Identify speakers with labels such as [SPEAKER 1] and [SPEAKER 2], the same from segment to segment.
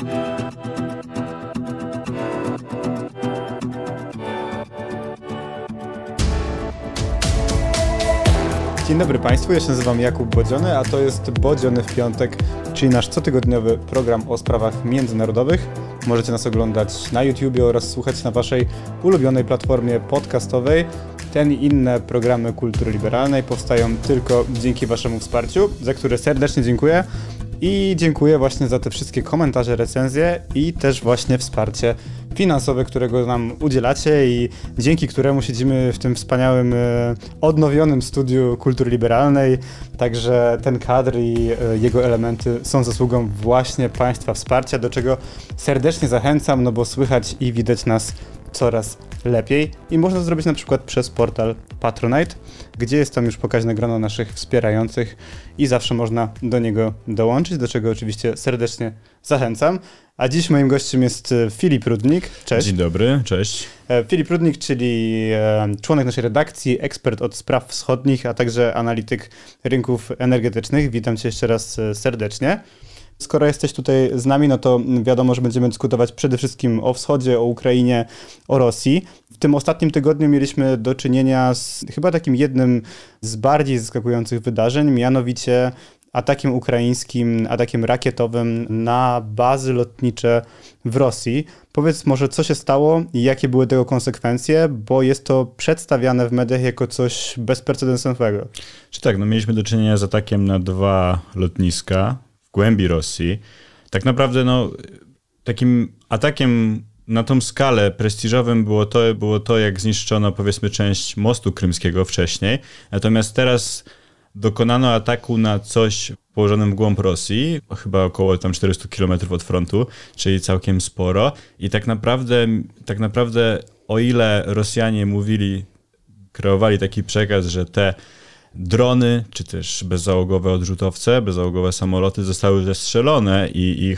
[SPEAKER 1] Dzień dobry Państwu, ja się nazywam Jakub Bodziony, a to jest Bodziony w piątek, czyli nasz cotygodniowy program o sprawach międzynarodowych. Możecie nas oglądać na YouTubie oraz słuchać na Waszej ulubionej platformie podcastowej. Ten i inne programy kultury liberalnej powstają tylko dzięki Waszemu wsparciu, za które serdecznie dziękuję. I dziękuję właśnie za te wszystkie komentarze, recenzje i też właśnie wsparcie finansowe, którego nam udzielacie i dzięki któremu siedzimy w tym wspaniałym, odnowionym studiu kultury liberalnej. Także ten kadr i jego elementy są zasługą właśnie Państwa wsparcia, do czego serdecznie zachęcam, no bo słychać i widać nas coraz lepiej i można to zrobić na przykład przez portal Patronite, gdzie jest tam już pokaźne grono naszych wspierających i zawsze można do niego dołączyć, do czego oczywiście serdecznie zachęcam. A dziś moim gościem jest Filip Rudnik. Cześć.
[SPEAKER 2] Dzień dobry, cześć.
[SPEAKER 1] Filip Rudnik, czyli członek naszej redakcji, ekspert od spraw wschodnich, a także analityk rynków energetycznych. Witam Cię jeszcze raz serdecznie. Skoro jesteś tutaj z nami, no to wiadomo, że będziemy dyskutować przede wszystkim o wschodzie, o Ukrainie, o Rosji. W tym ostatnim tygodniu mieliśmy do czynienia z chyba takim jednym z bardziej zaskakujących wydarzeń, mianowicie atakiem ukraińskim, atakiem rakietowym na bazy lotnicze w Rosji. Powiedz może, co się stało i jakie były tego konsekwencje, bo jest to przedstawiane w mediach jako coś bezprecedensowego.
[SPEAKER 2] Czy tak, no mieliśmy do czynienia z atakiem na 2 lotniska w głębi Rosji. Tak naprawdę takim atakiem na tą skalę prestiżowym było to, jak zniszczono powiedzmy część mostu krymskiego wcześniej. Natomiast teraz dokonano ataku na coś położonym w głąb Rosji, chyba około tam 400 km od frontu, czyli całkiem sporo. I tak naprawdę o ile Rosjanie kreowali taki przekaz, że te drony, czy też bezzałogowe odrzutowce, bezzałogowe samoloty zostały zestrzelone i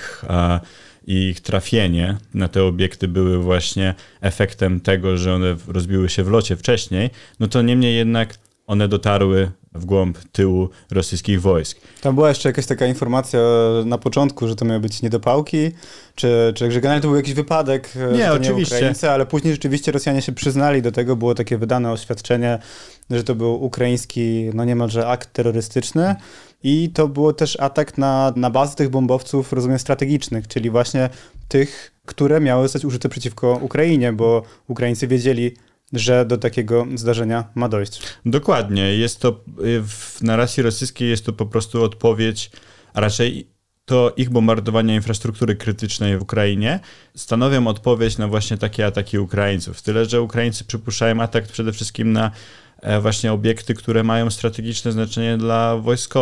[SPEAKER 2] ich trafienie na te obiekty były właśnie efektem tego, że one rozbiły się w locie wcześniej, no to niemniej jednak one dotarły w głąb tyłu rosyjskich wojsk.
[SPEAKER 1] Tam była jeszcze jakaś taka informacja na początku, że to miały być niedopałki, czy że generalnie to był jakiś wypadek,
[SPEAKER 2] nie,
[SPEAKER 1] że to
[SPEAKER 2] oczywiście.
[SPEAKER 1] Nie Ukraińcy, ale później rzeczywiście Rosjanie się przyznali do tego, było takie wydane oświadczenie, że to był ukraiński, niemalże akt terrorystyczny i to było też atak na bazy tych bombowców, rozumiem, strategicznych, czyli właśnie tych, które miały zostać użyte przeciwko Ukrainie, bo Ukraińcy wiedzieli, że do takiego zdarzenia ma dojść.
[SPEAKER 2] Dokładnie. Jest to w narracji rosyjskiej jest to po prostu odpowiedź, a raczej to ich bombardowanie infrastruktury krytycznej w Ukrainie stanowią odpowiedź na właśnie takie ataki Ukraińców. Tyle, że Ukraińcy przypuszczają atak przede wszystkim na właśnie obiekty, które mają strategiczne znaczenie dla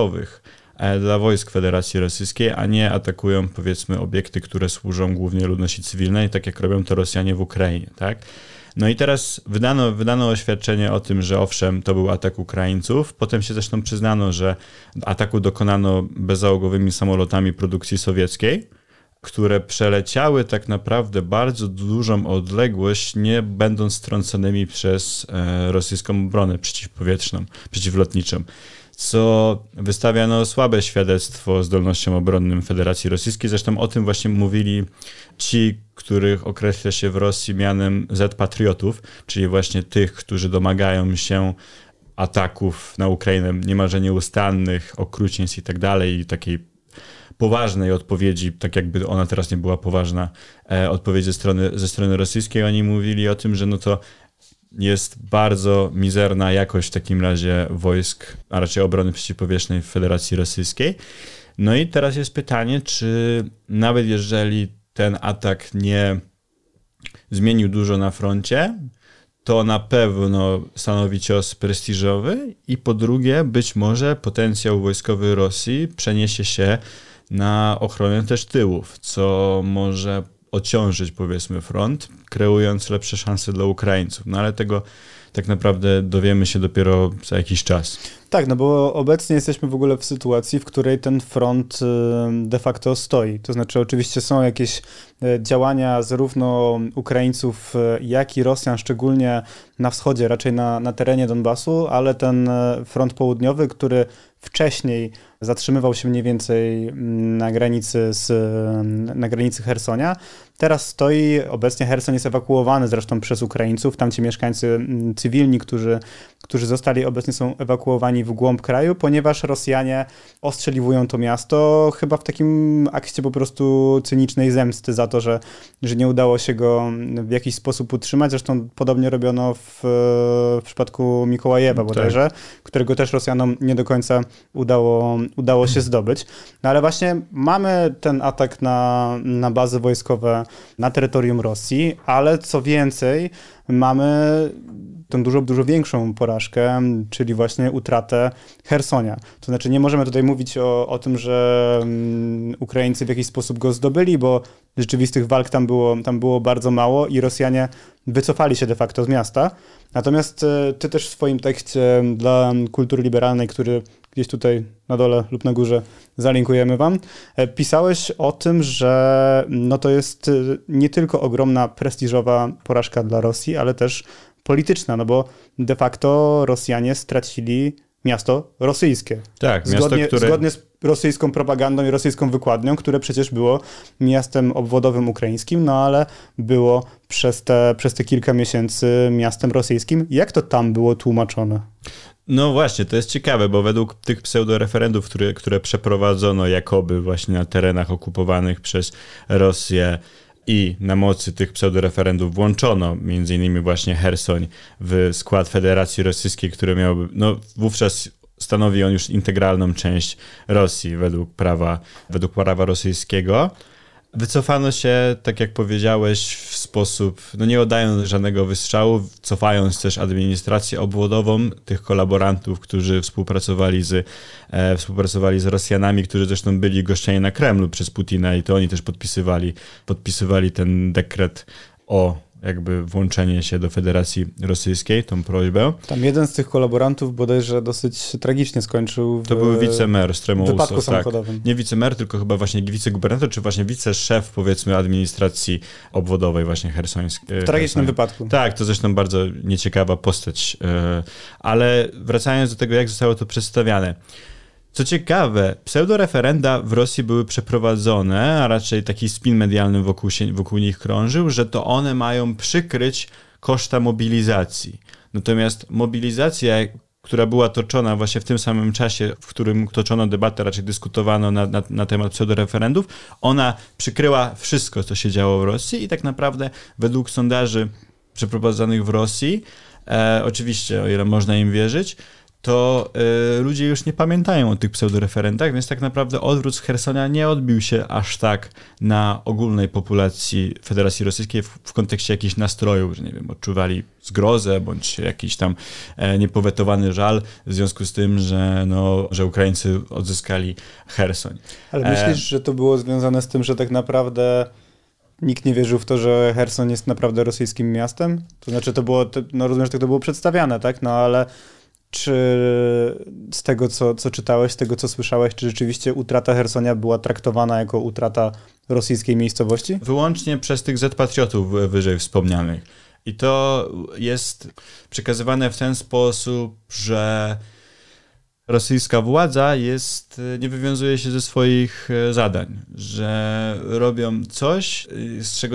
[SPEAKER 2] wojsk Federacji Rosyjskiej, a nie atakują powiedzmy obiekty, które służą głównie ludności cywilnej, tak jak robią to Rosjanie w Ukrainie, tak? No i teraz wydano oświadczenie o tym, że owszem, to był atak Ukraińców. Potem się zresztą przyznano, że ataku dokonano bezzałogowymi samolotami produkcji sowieckiej, które przeleciały tak naprawdę bardzo dużą odległość, nie będąc strąconymi przez rosyjską obronę przeciwpowietrzną, przeciwlotniczą, co wystawia słabe świadectwo zdolnościom obronnym Federacji Rosyjskiej. Zresztą o tym właśnie mówili ci, których określa się w Rosji mianem Z-patriotów, czyli właśnie tych, którzy domagają się ataków na Ukrainę niemalże nieustannych, okrucieństw i tak dalej, i takiej poważnej odpowiedzi, tak jakby ona teraz nie była poważna, odpowiedź ze strony rosyjskiej. Oni mówili o tym, że to jest bardzo mizerna jakość w takim razie wojsk, a raczej obrony przeciwpowietrznej w Federacji Rosyjskiej. No i teraz jest pytanie, czy nawet jeżeli ten atak nie zmienił dużo na froncie, to na pewno stanowi cios prestiżowy i po drugie być może potencjał wojskowy Rosji przeniesie się na ochronę też tyłów, co może ociążyć powiedzmy front, kreując lepsze szanse dla Ukraińców. No ale tak naprawdę dowiemy się dopiero za jakiś czas.
[SPEAKER 1] Tak, no bo obecnie jesteśmy w ogóle w sytuacji, w której ten front de facto stoi. To znaczy oczywiście są jakieś działania zarówno Ukraińców, jak i Rosjan, szczególnie na wschodzie, raczej na terenie Donbasu, ale ten front południowy, który wcześniej zatrzymywał się mniej więcej na granicy Chersonia, teraz stoi, obecnie Cherson jest ewakuowany zresztą przez Ukraińców, tamci mieszkańcy cywilni, którzy zostali, obecnie są ewakuowani w głąb kraju, ponieważ Rosjanie ostrzeliwują to miasto chyba w takim akcie po prostu cynicznej zemsty za to, że nie udało się go w jakiś sposób utrzymać. Zresztą podobnie robiono w przypadku Mikołajewa bodajże, którego też Rosjanom nie do końca udało się zdobyć. No ale właśnie mamy ten atak na bazy wojskowe na terytorium Rosji, ale co więcej, mamy tę dużo większą porażkę, czyli właśnie utratę Chersonia. To znaczy nie możemy tutaj mówić o tym, że Ukraińcy w jakiś sposób go zdobyli, bo rzeczywistych walk tam było bardzo mało i Rosjanie wycofali się de facto z miasta. Natomiast ty też w swoim tekście dla Kultury Liberalnej, który gdzieś tutaj na dole lub na górze zalinkujemy wam, pisałeś o tym, że no to jest nie tylko ogromna prestiżowa porażka dla Rosji, ale też polityczna, no bo de facto Rosjanie stracili miasto rosyjskie. Tak, zgodnie z rosyjską propagandą i rosyjską wykładnią, które przecież było miastem obwodowym ukraińskim, no ale było przez te kilka miesięcy miastem rosyjskim. Jak to tam było tłumaczone?
[SPEAKER 2] No właśnie, to jest ciekawe, bo według tych pseudoreferendów, które przeprowadzono jakoby właśnie na terenach okupowanych przez Rosję i na mocy tych pseudoreferendów włączono między innymi właśnie Chersoń w skład Federacji Rosyjskiej, który miałby, no wówczas stanowi on już integralną część Rosji według prawa rosyjskiego. Wycofano się, tak jak powiedziałeś, w sposób, no nie oddając żadnego wystrzału, cofając też administrację obwodową tych kolaborantów, którzy współpracowali z Rosjanami, którzy zresztą byli goszczeni na Kremlu przez Putina i to oni też podpisywali ten dekret o jakby włączenie się do Federacji Rosyjskiej, tą prośbę.
[SPEAKER 1] Tam jeden z tych kolaborantów bodajże dosyć tragicznie skończył
[SPEAKER 2] to był wicemer Stremousov,
[SPEAKER 1] wypadku samochodowym.
[SPEAKER 2] Tak. Nie wicemer, tylko chyba właśnie wicekubernator, czy właśnie wiceszef, powiedzmy, administracji obwodowej właśnie chersońskiej.
[SPEAKER 1] W tragicznym wypadku.
[SPEAKER 2] Tak, to zresztą bardzo nieciekawa postać. Ale wracając do tego, jak zostało to przedstawiane. Co ciekawe, pseudoreferenda w Rosji były przeprowadzone, a raczej taki spin medialny wokół nich krążył, że to one mają przykryć koszta mobilizacji. Natomiast mobilizacja, która była toczona właśnie w tym samym czasie, w którym toczono debatę, raczej dyskutowano na temat pseudoreferendów, ona przykryła wszystko, co się działo w Rosji i tak naprawdę według sondaży przeprowadzonych w Rosji, oczywiście o ile można im wierzyć, to ludzie już nie pamiętają o tych pseudoreferendach, więc tak naprawdę odwrót z Chersonia nie odbił się aż tak na ogólnej populacji Federacji Rosyjskiej w kontekście jakichś nastrojów, że nie wiem, odczuwali zgrozę bądź jakiś tam niepowetowany żal w związku z tym, że Ukraińcy odzyskali Chersoń.
[SPEAKER 1] Ale myślisz, że to było związane z tym, że tak naprawdę nikt nie wierzył w to, że Cherson jest naprawdę rosyjskim miastem? To znaczy to było, no rozumiem, że tak to było przedstawiane, tak? No ale czy z tego, co czytałeś, z tego, co słyszałeś, czy rzeczywiście utrata Chersonia była traktowana jako utrata rosyjskiej miejscowości?
[SPEAKER 2] Wyłącznie przez tych Z-patriotów wyżej wspomnianych. I to jest przekazywane w ten sposób, że rosyjska władza nie wywiązuje się ze swoich zadań, że robią coś, z czego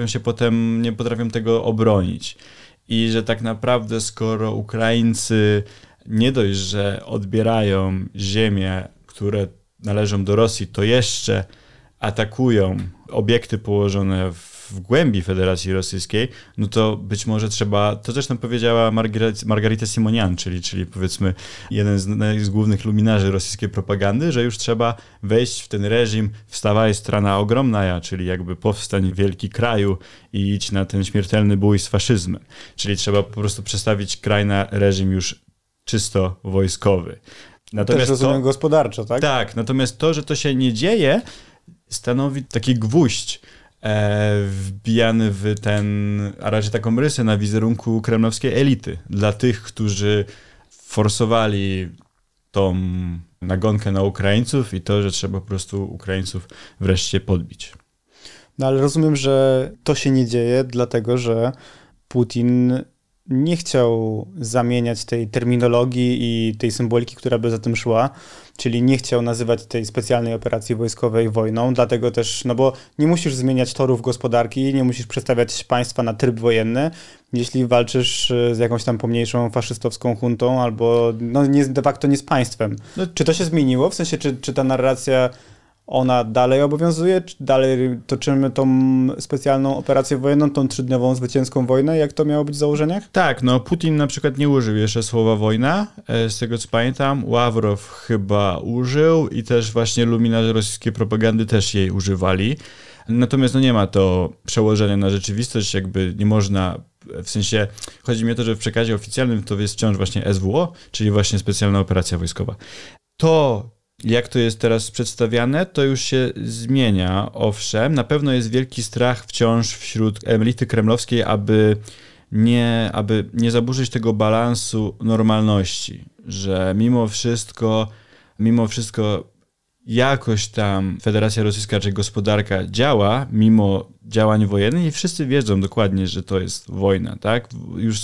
[SPEAKER 2] nie potrafią tego obronić. I że tak naprawdę skoro Ukraińcy nie dość, że odbierają ziemie, które należą do Rosji, to jeszcze atakują obiekty położone w głębi Federacji Rosyjskiej, no to być może trzeba, to zresztą powiedziała Margarita Simonian, czyli powiedzmy jeden z głównych luminarzy rosyjskiej propagandy, że już trzeba wejść w ten reżim wstawaj strona ogromna, czyli jakby powstań wielki kraju i idź na ten śmiertelny bój z faszyzmem. Czyli trzeba po prostu przestawić kraj na reżim już czysto wojskowy.
[SPEAKER 1] Natomiast też rozumiem gospodarczo, tak?
[SPEAKER 2] Tak, natomiast to, że to się nie dzieje, stanowi taki gwóźdź wbijany w a raczej taką rysę na wizerunku kremlowskiej elity. Dla tych, którzy forsowali tą nagonkę na Ukraińców i to, że trzeba po prostu Ukraińców wreszcie podbić.
[SPEAKER 1] No ale rozumiem, że to się nie dzieje, dlatego że Putin nie chciał zamieniać tej terminologii i tej symboliki, która by za tym szła, czyli nie chciał nazywać tej specjalnej operacji wojskowej wojną, dlatego też, no bo nie musisz zmieniać torów gospodarki, nie musisz przestawiać państwa na tryb wojenny, jeśli walczysz z jakąś tam pomniejszą faszystowską huntą albo no nie, de facto nie z państwem. No, czy to się zmieniło? W sensie, czy ta narracja ona dalej obowiązuje? Czy dalej toczymy tą specjalną operację wojenną, tą 3-dniową zwycięską wojnę, jak to miało być w założeniach?
[SPEAKER 2] Tak, no Putin na przykład nie użył jeszcze słowa wojna, z tego co pamiętam. Ławrow chyba użył i też właśnie luminarze rosyjskiej propagandy też jej używali. Natomiast no nie ma to przełożenia na rzeczywistość, jakby nie można, w sensie chodzi mi o to, że w przekazie oficjalnym to jest wciąż właśnie SWO, czyli właśnie specjalna operacja wojskowa. To jak to jest teraz przedstawiane, to już się zmienia, owszem. Na pewno jest wielki strach wciąż wśród elity kremlowskiej, aby nie zaburzyć tego balansu normalności, że mimo wszystko jakoś tam Federacja Rosyjska czy gospodarka działa, mimo działań wojennych i wszyscy wiedzą dokładnie, że to jest wojna, tak? Już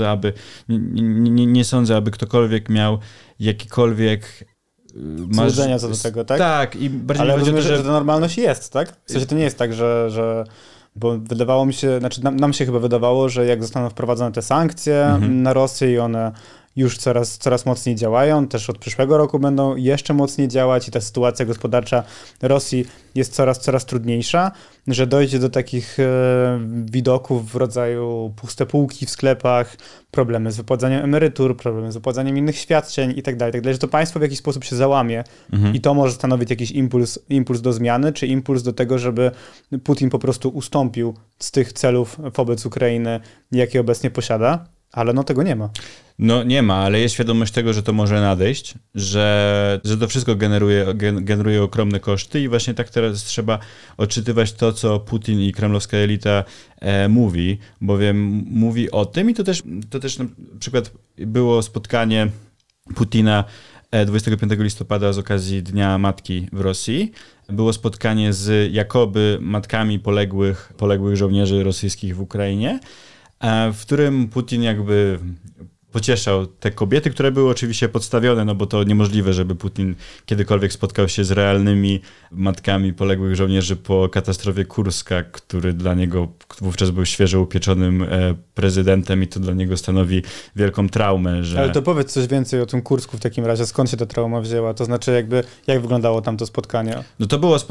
[SPEAKER 2] nie sądzę, aby ktokolwiek miał jakikolwiek
[SPEAKER 1] złudzenia co do tego, tak?
[SPEAKER 2] Tak. I bardziej
[SPEAKER 1] ale rozumiem,
[SPEAKER 2] to,
[SPEAKER 1] że ta normalność jest, tak? W sensie to nie jest tak, że bo wydawało mi się, znaczy nam się chyba wydawało, że jak zostaną wprowadzone te sankcje na Rosję i one już coraz mocniej działają, też od przyszłego roku będą jeszcze mocniej działać i ta sytuacja gospodarcza Rosji jest coraz trudniejsza, że dojdzie do takich widoków w rodzaju puste półki w sklepach, problemy z wypłacaniem emerytur, problemy z wypłacaniem innych świadczeń i tak dalej, że to państwo w jakiś sposób się załamie i to może stanowić jakiś impuls do zmiany, czy impuls do tego, żeby Putin po prostu ustąpił z tych celów wobec Ukrainy, jakie obecnie posiada. Ale no tego nie ma.
[SPEAKER 2] No nie ma, ale jest świadomość tego, że to może nadejść, że to wszystko generuje ogromne koszty i właśnie tak teraz trzeba odczytywać to, co Putin i kremlowska elita mówi, bowiem mówi o tym i to też na przykład było spotkanie Putina 25 listopada z okazji Dnia Matki w Rosji. Było spotkanie z jakoby matkami poległych żołnierzy rosyjskich w Ukrainie, w którym Putin jakby pocieszał te kobiety, które były oczywiście podstawione, no bo to niemożliwe, żeby Putin kiedykolwiek spotkał się z realnymi matkami poległych żołnierzy po katastrofie Kurska, który dla niego wówczas był świeżo upieczonym prezydentem i to dla niego stanowi wielką traumę.
[SPEAKER 1] Ale to powiedz coś więcej o tym Kursku w takim razie, skąd się ta trauma wzięła, to znaczy jak wyglądało tam to spotkanie?
[SPEAKER 2] No to było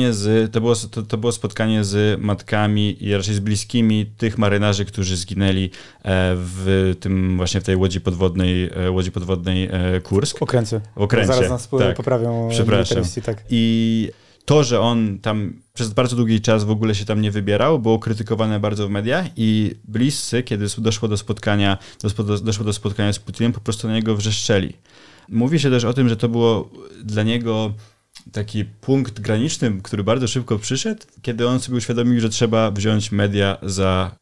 [SPEAKER 2] spotkanie z matkami i raczej z bliskimi tych marynarzy, którzy zginęli właśnie w tej łodzi podwodnej Kursk.
[SPEAKER 1] W Okręcie. Zaraz nas poprawią.
[SPEAKER 2] Przepraszam.
[SPEAKER 1] Tak.
[SPEAKER 2] I to, że on tam przez bardzo długi czas w ogóle się tam nie wybierał, było krytykowane bardzo w mediach i bliscy, kiedy doszło do spotkania z Putinem, po prostu na niego wrzeszczeli. Mówi się też o tym, że to było dla niego taki punkt graniczny, który bardzo szybko przyszedł, kiedy on sobie uświadomił, że trzeba wziąć media za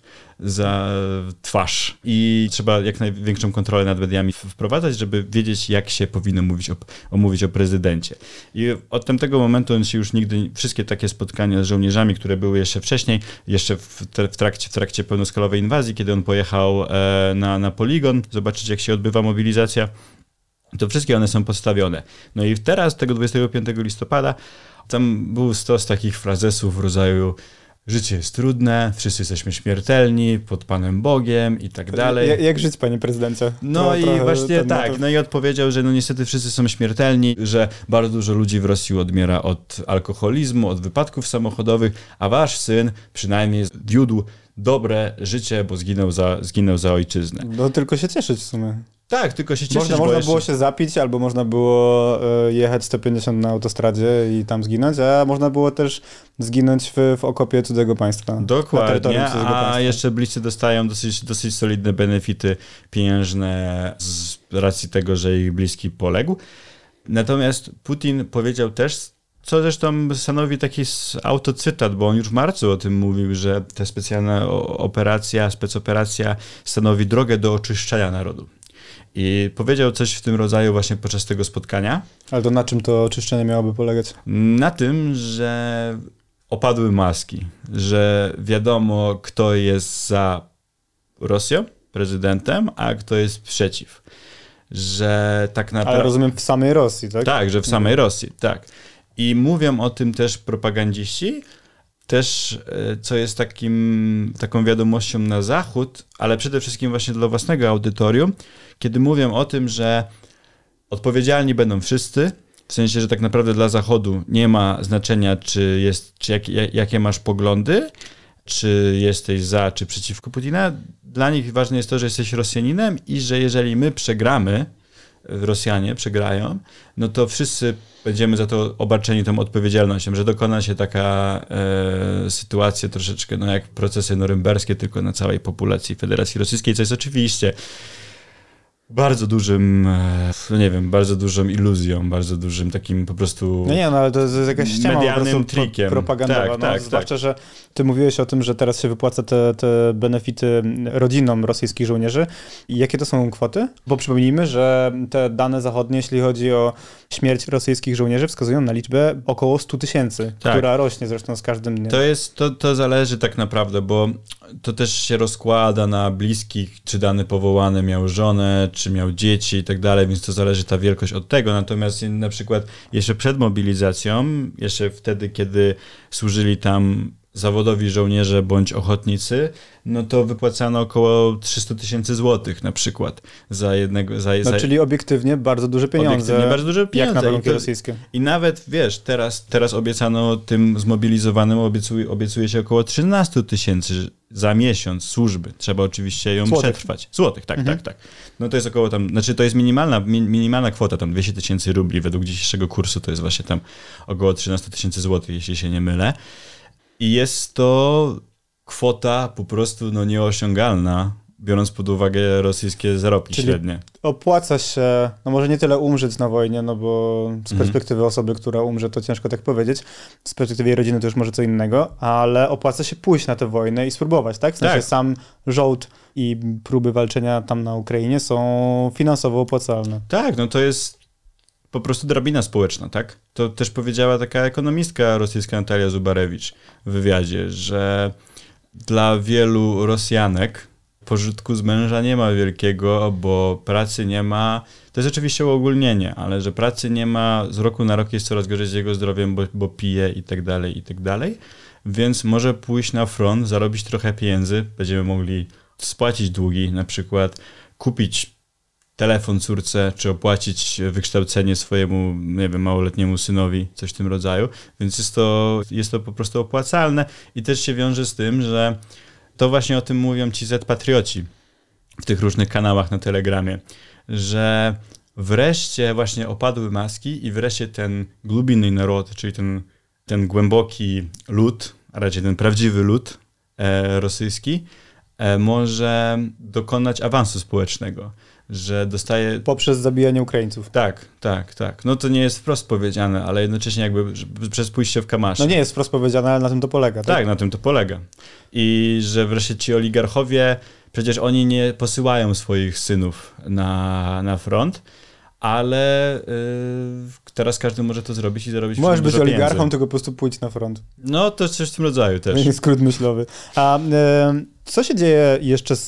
[SPEAKER 2] twarz i trzeba jak największą kontrolę nad mediami wprowadzać, żeby wiedzieć, jak się powinno mówić o prezydencie. I od tamtego momentu on się już nigdy, wszystkie takie spotkania z żołnierzami, które były jeszcze wcześniej, jeszcze w trakcie pełnoskalowej inwazji, kiedy on pojechał na poligon, zobaczyć, jak się odbywa mobilizacja, to wszystkie one są postawione. No i teraz, tego 25 listopada, tam był stos takich frazesów w rodzaju życie jest trudne, wszyscy jesteśmy śmiertelni, pod Panem Bogiem i tak dalej.
[SPEAKER 1] Jak żyć, panie prezydencie?
[SPEAKER 2] No i właśnie tak, no i odpowiedział, że no niestety wszyscy są śmiertelni, że bardzo dużo ludzi w Rosji odmiera od alkoholizmu, od wypadków samochodowych, a wasz syn przynajmniej wiódł dobre życie, bo zginął za ojczyznę.
[SPEAKER 1] No tylko się cieszyć w sumie.
[SPEAKER 2] Tak, tylko się cieszyć.
[SPEAKER 1] Można było się zapić, albo można było jechać 150 na autostradzie i tam zginąć, a można było też zginąć w okopie cudzego państwa.
[SPEAKER 2] Dokładnie, a jeszcze bliscy dostają dosyć solidne benefity pieniężne z racji tego, że ich bliski poległ. Natomiast Putin powiedział też, co zresztą stanowi taki autocytat, bo on już w marcu o tym mówił, że ta specjalna specoperacja stanowi drogę do oczyszczenia narodu. I powiedział coś w tym rodzaju właśnie podczas tego spotkania.
[SPEAKER 1] Ale to na czym to oczyszczenie miałoby polegać?
[SPEAKER 2] Na tym, że opadły maski, że wiadomo, kto jest za Rosją, prezydentem, a kto jest przeciw. Że tak naprawdę...
[SPEAKER 1] Ale rozumiem w samej Rosji, tak?
[SPEAKER 2] Tak, że w samej Rosji, tak. I mówią o tym też propagandziści, też co jest taką wiadomością na Zachód, ale przede wszystkim właśnie dla własnego audytorium, kiedy mówią o tym, że odpowiedzialni będą wszyscy, w sensie, że tak naprawdę dla Zachodu nie ma znaczenia, jakie masz poglądy, czy jesteś za, czy przeciwko Putina. Dla nich ważne jest to, że jesteś Rosjaninem i że jeżeli my przegramy, Rosjanie przegrają, no to wszyscy będziemy za to obarczeni tą odpowiedzialnością, że dokona się taka sytuacja troszeczkę jak procesy norymberskie, tylko na całej populacji Federacji Rosyjskiej, co jest oczywiście bardzo dużym, bardzo dużą iluzją, bardzo dużym takim po prostu
[SPEAKER 1] ale to jest jakaś ściema
[SPEAKER 2] medialnym trikiem.
[SPEAKER 1] Propagandowa.
[SPEAKER 2] Tak.
[SPEAKER 1] Zwłaszcza, że ty mówiłeś o tym, że teraz się wypłaca te benefity rodzinom rosyjskich żołnierzy. I jakie to są kwoty? Bo przypomnijmy, że te dane zachodnie, jeśli chodzi o śmierć rosyjskich żołnierzy, wskazują na liczbę około 100 000, która rośnie zresztą z każdym dniem.
[SPEAKER 2] To zależy tak naprawdę, bo to też się rozkłada na bliskich, czy dany powołany miał żonę, czy miał dzieci i tak dalej, więc to zależy ta wielkość od tego. Natomiast na przykład jeszcze przed mobilizacją, jeszcze wtedy, kiedy służyli tam zawodowi żołnierze bądź ochotnicy, no to wypłacano około 300 000 złotych na przykład za jednego...
[SPEAKER 1] Czyli obiektywnie bardzo duże pieniądze. Jak na warunki rosyjskie.
[SPEAKER 2] I nawet, wiesz, teraz obiecano tym zmobilizowanym, obiecuje się około 13 000 za miesiąc służby. Trzeba oczywiście ją przetrwać. Złotych, tak. No to jest około to jest minimalna kwota, tam 200 000 rubli według dzisiejszego kursu, to jest właśnie tam około 13 000 złotych, jeśli się nie mylę. I jest to kwota po prostu nieosiągalna, biorąc pod uwagę rosyjskie zarobki średnie.
[SPEAKER 1] Opłaca się, może nie tyle umrzeć na wojnie, bo z perspektywy osoby, która umrze, to ciężko tak powiedzieć. Z perspektywy jej rodziny to już może co innego, ale opłaca się pójść na tę wojnę i spróbować, tak? W sensie sam żołd i próby walczenia tam na Ukrainie są finansowo opłacalne.
[SPEAKER 2] Tak, to jest po prostu drabina społeczna, tak? To też powiedziała taka ekonomistka rosyjska Natalia Zubarewicz w wywiadzie, że dla wielu Rosjanek pożytku z męża nie ma wielkiego, bo pracy nie ma. To jest oczywiście uogólnienie, ale że pracy nie ma, z roku na rok jest coraz gorzej z jego zdrowiem, bo pije i tak dalej, więc może pójść na front, zarobić trochę pieniędzy, będziemy mogli spłacić długi, na przykład kupić telefon córce, czy opłacić wykształcenie swojemu, małoletniemu synowi, coś w tym rodzaju, więc jest to po prostu opłacalne i też się wiąże z tym, że to właśnie o tym mówią ci Z-patrioci w tych różnych kanałach na Telegramie, że wreszcie właśnie opadły maski i wreszcie ten glubinny naród, czyli ten głęboki lud, a raczej ten prawdziwy lud rosyjski, może dokonać awansu społecznego, że dostaje...
[SPEAKER 1] Poprzez zabijanie Ukraińców.
[SPEAKER 2] Tak. No to nie jest wprost powiedziane, ale jednocześnie przez pójście w kamasze.
[SPEAKER 1] Nie jest wprost powiedziane, ale na tym to polega.
[SPEAKER 2] Tak, na tym to polega. I że wreszcie ci oligarchowie, przecież oni nie posyłają swoich synów na front, ale teraz każdy może to zrobić i zarobić
[SPEAKER 1] Możesz być oligarchą,
[SPEAKER 2] pieniędzy.
[SPEAKER 1] tylko po prostu pójdź na front.
[SPEAKER 2] No to coś w tym rodzaju też.
[SPEAKER 1] Skrót myślowy. A co się dzieje jeszcze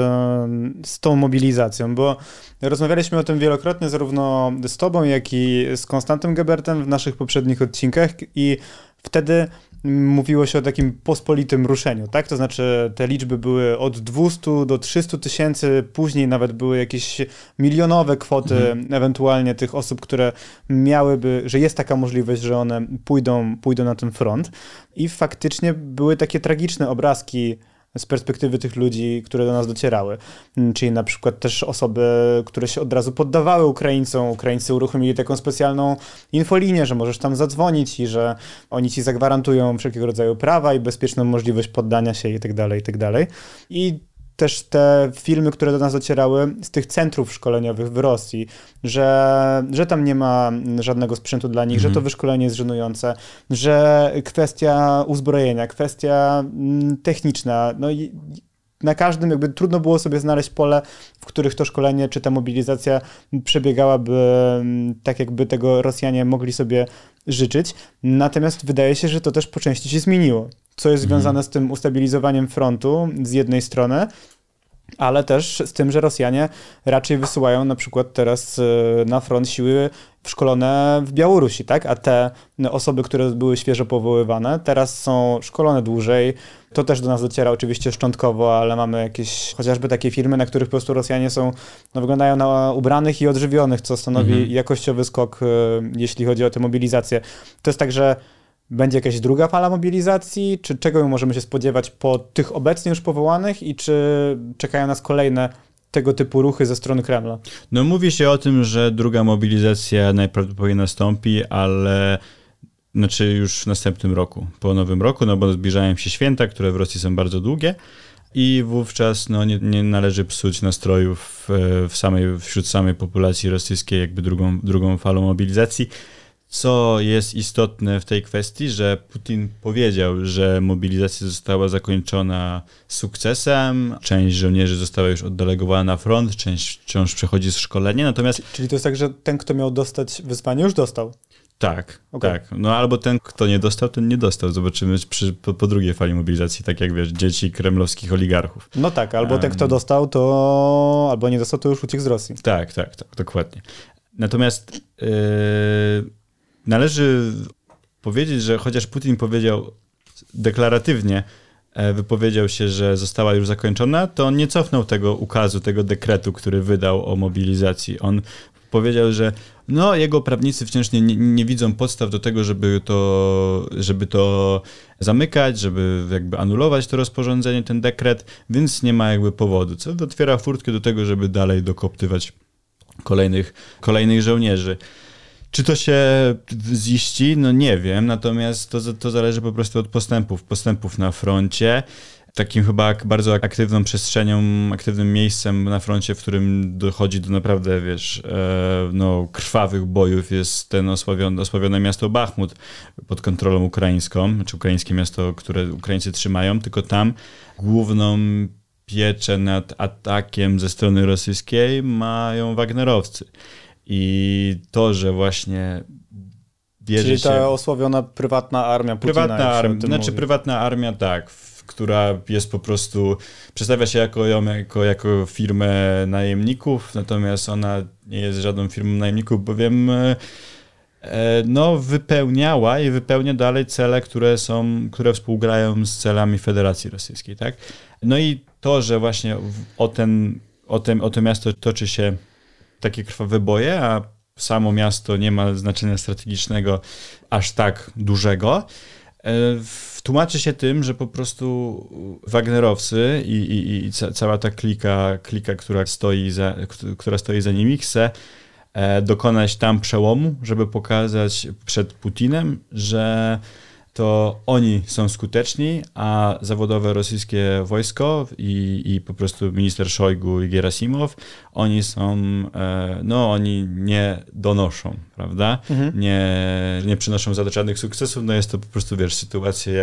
[SPEAKER 1] z tą mobilizacją? Bo rozmawialiśmy o tym wielokrotnie zarówno z tobą, jak i z Konstantem Gebertem w naszych poprzednich odcinkach i wtedy mówiło się o takim pospolitym ruszeniu, tak? To znaczy te liczby były od 200 do 300 000, później nawet były jakieś milionowe kwoty ewentualnie tych osób, które miałyby, że jest taka możliwość, że one pójdą na ten front i faktycznie były takie tragiczne obrazki z perspektywy tych ludzi, które do nas docierały. Czyli na przykład też osoby, które się od razu poddawały Ukraińcom. Ukraińcy uruchomili taką specjalną infolinię, że możesz tam zadzwonić i że oni ci zagwarantują wszelkiego rodzaju prawa i bezpieczną możliwość poddania się i tak dalej, i tak dalej. I też te filmy, które do nas docierały z tych centrów szkoleniowych w Rosji, że tam nie ma żadnego sprzętu dla nich, że to wyszkolenie jest żenujące, że kwestia uzbrojenia, kwestia techniczna, no i na każdym jakby trudno było sobie znaleźć pole, w których to szkolenie czy ta mobilizacja przebiegałaby tak, jakby tego Rosjanie mogli sobie życzyć. Natomiast wydaje się, że to też po części się zmieniło, co jest związane z tym ustabilizowaniem frontu z jednej strony, ale też z tym, że Rosjanie raczej wysyłają na przykład teraz na front siły szkolone w Białorusi, tak? A te osoby, które były świeżo powoływane, teraz są szkolone dłużej. To też do nas dociera oczywiście szczątkowo, ale mamy jakieś chociażby takie filmy, na których po prostu Rosjanie są, wyglądają na ubranych i odżywionych, co stanowi jakościowy skok, jeśli chodzi o tę mobilizację. To jest tak, że będzie jakaś druga fala mobilizacji? Czy czego możemy się spodziewać po tych obecnie już powołanych i czy czekają nas kolejne tego typu ruchy ze strony Kremla?
[SPEAKER 2] No mówi się o tym, że druga mobilizacja najprawdopodobniej nastąpi, ale znaczy już w następnym roku, po Nowym Roku, no bo zbliżają się święta, które w Rosji są bardzo długie i wówczas no, nie należy psuć nastrojów wśród samej populacji rosyjskiej jakby drugą falą mobilizacji. Co jest istotne w tej kwestii, że Putin powiedział, że mobilizacja została zakończona sukcesem, część żołnierzy została już oddelegowana na front, część wciąż przechodzi z szkolenia, natomiast...
[SPEAKER 1] Czyli to jest tak, że ten, kto miał dostać wyzwanie, już dostał?
[SPEAKER 2] Tak, tak. No albo ten, kto nie dostał, ten nie dostał. Zobaczymy po drugiej fali mobilizacji, tak jak wiesz, dzieci kremlowskich oligarchów.
[SPEAKER 1] No tak, albo ten, kto dostał, to albo nie dostał, to już uciekł z Rosji.
[SPEAKER 2] Tak, dokładnie. Natomiast należy powiedzieć, że chociaż Putin powiedział deklaratywnie, wypowiedział się, że została już zakończona, to on nie cofnął tego ukazu, tego dekretu, który wydał o mobilizacji. On powiedział, że no, jego prawnicy wciąż nie widzą podstaw do tego, żeby to zamykać, żeby jakby anulować to rozporządzenie, ten dekret, więc nie ma jakby powodu, co otwiera furtkę do tego, żeby dalej dokoptywać kolejnych żołnierzy. Czy to się ziści? No nie wiem, natomiast to zależy po prostu od postępów na froncie. Takim chyba bardzo aktywną przestrzenią, aktywnym miejscem na froncie, w którym dochodzi do naprawdę, wiesz, krwawych bojów jest ten osławione miasto Bachmut pod kontrolą ukraińską, czy ukraińskie miasto, które Ukraińcy trzymają, tylko tam główną pieczę nad atakiem ze strony rosyjskiej mają Wagnerowcy. I to, że właśnie bierze
[SPEAKER 1] Czyli ta
[SPEAKER 2] się...
[SPEAKER 1] osławiona prywatna armia Putina.
[SPEAKER 2] Prywatna armia, tak, która jest po prostu, przedstawia się jako firmę najemników, natomiast ona nie jest żadną firmą najemników, bowiem wypełniała i wypełnia dalej cele, które współgrają z celami Federacji Rosyjskiej, tak? No i to, że właśnie o to miasto toczy się takie krwawe boje, a samo miasto nie ma znaczenia strategicznego aż tak dużego, tłumaczy się tym, że po prostu Wagnerowcy i cała ta klika, która stoi za nimi, chce dokonać tam przełomu, żeby pokazać przed Putinem, że to oni są skuteczni, a zawodowe rosyjskie wojsko i po prostu minister Szojgu i Gerasimow, oni oni nie donoszą, prawda? Nie przynoszą żadnych sukcesów, no jest to po prostu, wiesz, sytuacja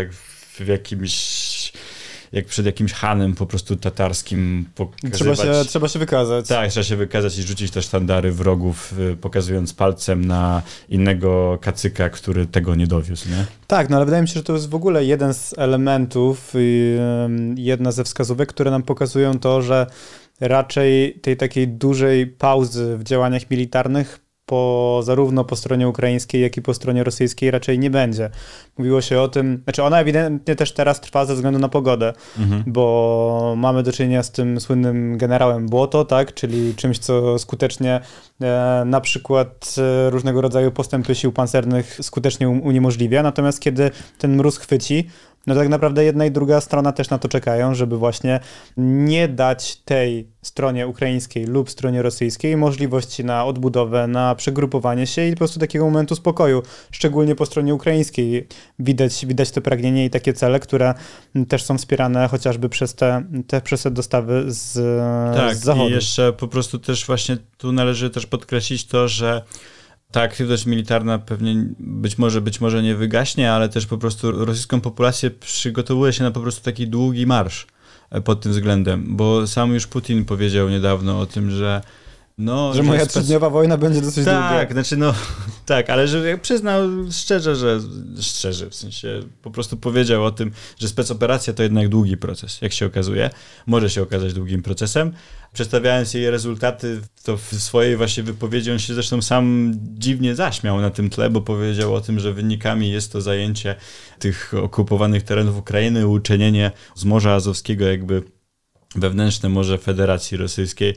[SPEAKER 2] jak przed jakimś hanem po prostu tatarskim pokazywać.
[SPEAKER 1] Trzeba się wykazać.
[SPEAKER 2] Tak, trzeba się wykazać i rzucić te sztandary wrogów, pokazując palcem na innego kacyka, który tego nie dowiózł, nie?
[SPEAKER 1] Tak, no ale wydaje mi się, że to jest w ogóle jeden z elementów, jedna ze wskazówek, które nam pokazują to, że raczej tej takiej dużej pauzy w działaniach militarnych zarówno po stronie ukraińskiej, jak i po stronie rosyjskiej raczej nie będzie. Mówiło się o tym, ona ewidentnie też teraz trwa ze względu na pogodę, bo mamy do czynienia z tym słynnym generałem Błoto, tak, czyli czymś, co skutecznie na przykład różnego rodzaju postępy sił pancernych skutecznie uniemożliwia, natomiast kiedy ten mróz chwyci, no tak naprawdę jedna i druga strona też na to czekają, żeby właśnie nie dać tej stronie ukraińskiej lub stronie rosyjskiej możliwości na odbudowę, na przegrupowanie się i po prostu takiego momentu spokoju. Szczególnie po stronie ukraińskiej widać to pragnienie i takie cele, które też są wspierane chociażby przez te dostawy z zachodu.
[SPEAKER 2] Tak, i jeszcze po prostu też właśnie tu należy też podkreślić to, że ta aktywność militarna pewnie być może nie wygaśnie, ale też po prostu rosyjską populację przygotowuje się na po prostu taki długi marsz pod tym względem, bo sam już Putin powiedział niedawno o tym, że
[SPEAKER 1] że moja trzydniowa wojna będzie dosyć długa.
[SPEAKER 2] Tak, znaczy tak, ale że przyznał szczerze, w sensie po prostu powiedział o tym, że specoperacja to jednak długi proces, jak się okazuje, może się okazać długim procesem. Przedstawiając jej rezultaty, to w swojej właśnie wypowiedzi on się zresztą sam dziwnie zaśmiał na tym tle, bo powiedział o tym, że wynikami jest to zajęcie tych okupowanych terenów Ukrainy, uczynienie z Morza Azowskiego jakby wewnętrzne Morze Federacji Rosyjskiej.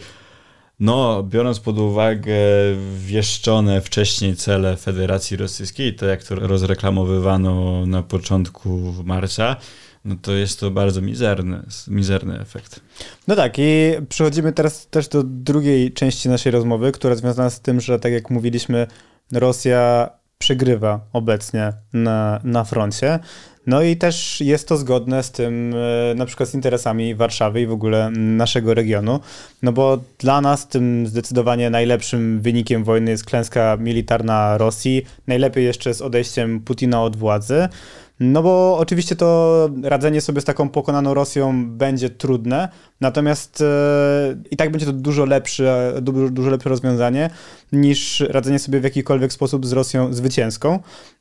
[SPEAKER 2] No, biorąc pod uwagę wieszczone wcześniej cele Federacji Rosyjskiej, to jak to rozreklamowywano na początku marca, no to jest to bardzo mizerny efekt.
[SPEAKER 1] No tak, i przechodzimy teraz też do drugiej części naszej rozmowy, która związana z tym, że tak jak mówiliśmy, Rosja przegrywa obecnie na froncie. No i też jest to zgodne z tym, na przykład z interesami Warszawy i w ogóle naszego regionu, no bo dla nas tym zdecydowanie najlepszym wynikiem wojny jest klęska militarna Rosji, najlepiej jeszcze z odejściem Putina od władzy. No bo oczywiście to radzenie sobie z taką pokonaną Rosją będzie trudne, natomiast i tak będzie to dużo lepsze rozwiązanie niż radzenie sobie w jakikolwiek sposób z Rosją zwycięską.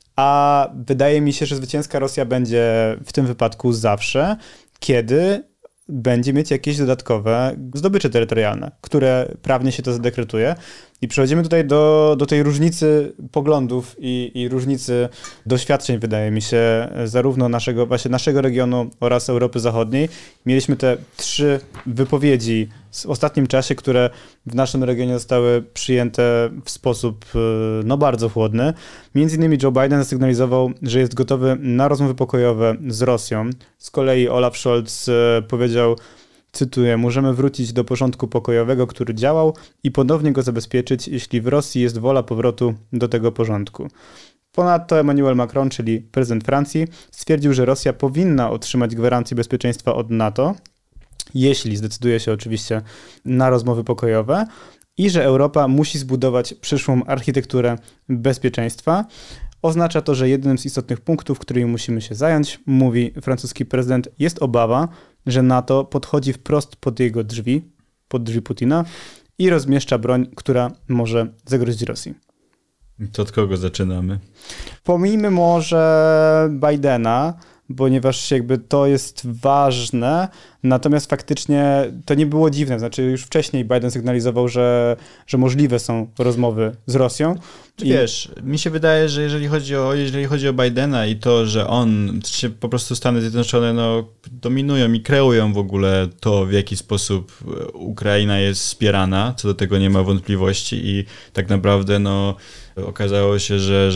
[SPEAKER 1] A wydaje mi się, że zwycięska Rosja będzie w tym wypadku zawsze, kiedy będzie mieć jakieś dodatkowe zdobycze terytorialne, które prawnie się to zadekretuje. I przechodzimy tutaj do tej różnicy poglądów i różnicy doświadczeń, wydaje mi się, zarówno naszego regionu oraz Europy Zachodniej. Mieliśmy te 3 wypowiedzi w ostatnim czasie, które w naszym regionie zostały przyjęte w sposób bardzo chłodny. Między innymi Joe Biden zasygnalizował, że jest gotowy na rozmowy pokojowe z Rosją. Z kolei Olaf Scholz powiedział, cytuję, możemy wrócić do porządku pokojowego, który działał i ponownie go zabezpieczyć, jeśli w Rosji jest wola powrotu do tego porządku. Ponadto Emmanuel Macron, czyli prezydent Francji, stwierdził, że Rosja powinna otrzymać gwarancję bezpieczeństwa od NATO, jeśli zdecyduje się oczywiście na rozmowy pokojowe i że Europa musi zbudować przyszłą architekturę bezpieczeństwa. Oznacza to, że jednym z istotnych punktów, którymi musimy się zająć, mówi francuski prezydent, jest obawa, że NATO podchodzi wprost pod jego drzwi, pod drzwi Putina i rozmieszcza broń, która może zagrozić Rosji.
[SPEAKER 2] To od kogo zaczynamy?
[SPEAKER 1] Pomijmy może Bidena, ponieważ jakby to jest ważne, natomiast faktycznie to nie było dziwne, znaczy już wcześniej Biden sygnalizował, że możliwe są rozmowy z Rosją.
[SPEAKER 2] Wiesz, mi się wydaje, że jeżeli chodzi o Bidena i to, że po prostu Stany Zjednoczone dominują i kreują w ogóle to, w jaki sposób Ukraina jest wspierana, co do tego nie ma wątpliwości i tak naprawdę okazało się,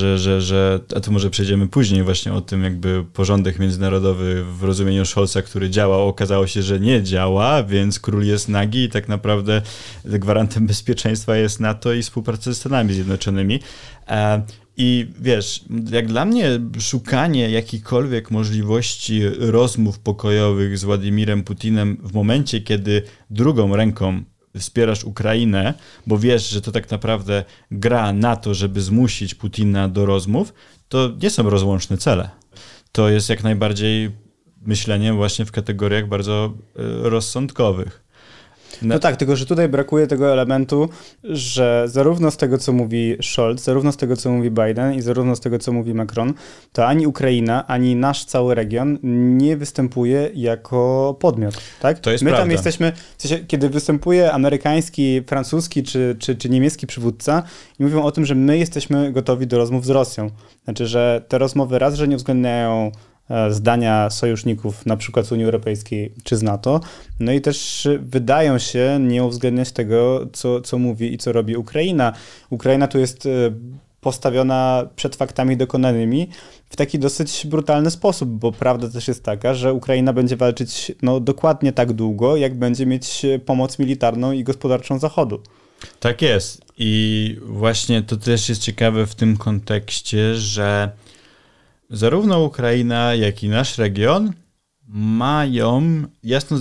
[SPEAKER 2] że a to może przejdziemy później właśnie o tym jakby porządek międzynarodowy w rozumieniu Scholza, który działał, okazało się, że nie działa, więc król jest nagi i tak naprawdę gwarantem bezpieczeństwa jest NATO i współpraca ze Stanami Zjednoczonymi. I wiesz, jak dla mnie szukanie jakichkolwiek możliwości rozmów pokojowych z Władimirem Putinem w momencie, kiedy drugą ręką wspierasz Ukrainę, bo wiesz, że to tak naprawdę gra na to, żeby zmusić Putina do rozmów, to nie są rozłączne cele. To jest jak najbardziej myślenie właśnie w kategoriach bardzo rozsądkowych.
[SPEAKER 1] No tak, tylko że tutaj brakuje tego elementu, że zarówno z tego, co mówi Scholz, zarówno z tego, co mówi Biden i zarówno z tego, co mówi Macron, to ani Ukraina, ani nasz cały region nie występuje jako podmiot, tak?
[SPEAKER 2] To jest
[SPEAKER 1] My
[SPEAKER 2] prawda.
[SPEAKER 1] tam jesteśmy, w sensie, kiedy występuje amerykański, francuski czy niemiecki przywódca i mówią o tym, że my jesteśmy gotowi do rozmów z Rosją. Znaczy, że te rozmowy raz, że nie uwzględniają zdania sojuszników, na przykład z Unii Europejskiej czy z NATO, no i też wydają się nie uwzględniać tego, co mówi i co robi Ukraina. Ukraina tu jest postawiona przed faktami dokonanymi w taki dosyć brutalny sposób, bo prawda też jest taka, że Ukraina będzie walczyć dokładnie tak długo, jak będzie mieć pomoc militarną i gospodarczą Zachodu.
[SPEAKER 2] Tak jest. I właśnie to też jest ciekawe w tym kontekście, że zarówno Ukraina, jak i nasz region mają jasno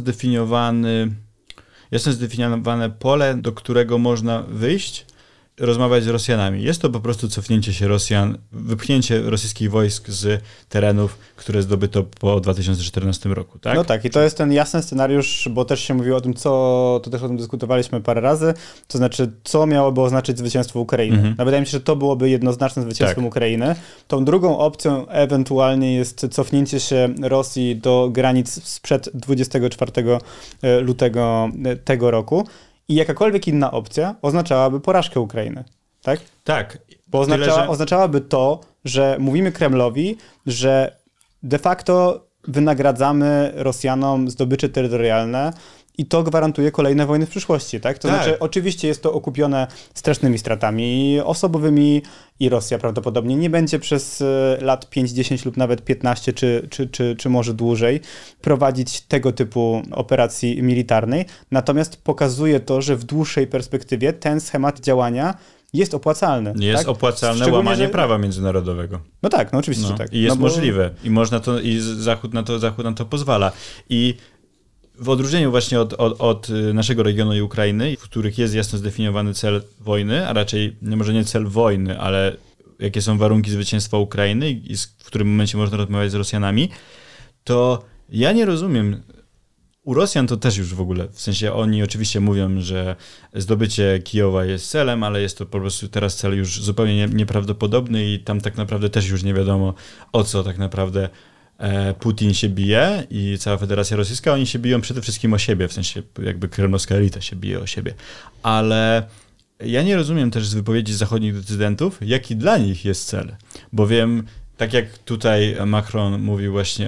[SPEAKER 2] zdefiniowane pole, do którego można wyjść, rozmawiać z Rosjanami. Jest to po prostu cofnięcie się Rosjan, wypchnięcie rosyjskich wojsk z terenów, które zdobyto po 2014 roku, tak?
[SPEAKER 1] No tak, i to jest ten jasny scenariusz, bo też się mówiło o tym, to też o tym dyskutowaliśmy parę razy, to znaczy, co miałoby oznaczyć zwycięstwo Ukrainy. No, wydaje mi się, że to byłoby jednoznacznym zwycięstwem Ukrainy. Tą drugą opcją ewentualnie jest cofnięcie się Rosji do granic sprzed 24 lutego tego roku. I jakakolwiek inna opcja oznaczałaby porażkę Ukrainy, tak?
[SPEAKER 2] Tak.
[SPEAKER 1] Bo oznaczałaby to, że mówimy Kremlowi, że de facto wynagradzamy Rosjanom zdobycze terytorialne i to gwarantuje kolejne wojny w przyszłości, tak? To znaczy, oczywiście jest to okupione strasznymi stratami osobowymi i Rosja prawdopodobnie nie będzie przez lat 5, 10 lub nawet 15 czy może dłużej prowadzić tego typu operacji militarnej. Natomiast pokazuje to, że w dłuższej perspektywie ten schemat działania jest opłacalny.
[SPEAKER 2] Jest opłacalne łamanie prawa międzynarodowego.
[SPEAKER 1] No tak, oczywiście, że tak.
[SPEAKER 2] I jest możliwe. I można to, i Zachód na to pozwala. I w odróżnieniu właśnie od naszego regionu i Ukrainy, w których jest jasno zdefiniowany cel wojny, a raczej może nie cel wojny, ale jakie są warunki zwycięstwa Ukrainy i w którym momencie można rozmawiać z Rosjanami, to ja nie rozumiem. U Rosjan to też już w ogóle, w sensie oni oczywiście mówią, że zdobycie Kijowa jest celem, ale jest to po prostu teraz cel już zupełnie nieprawdopodobny i tam tak naprawdę też już nie wiadomo, o co tak naprawdę Putin się bije i cała Federacja Rosyjska, oni się biją przede wszystkim o siebie, w sensie jakby kremlowska elita się bije o siebie. Ale ja nie rozumiem też z wypowiedzi zachodnich decydentów, jaki dla nich jest cel. Bowiem, tak jak tutaj Macron mówił właśnie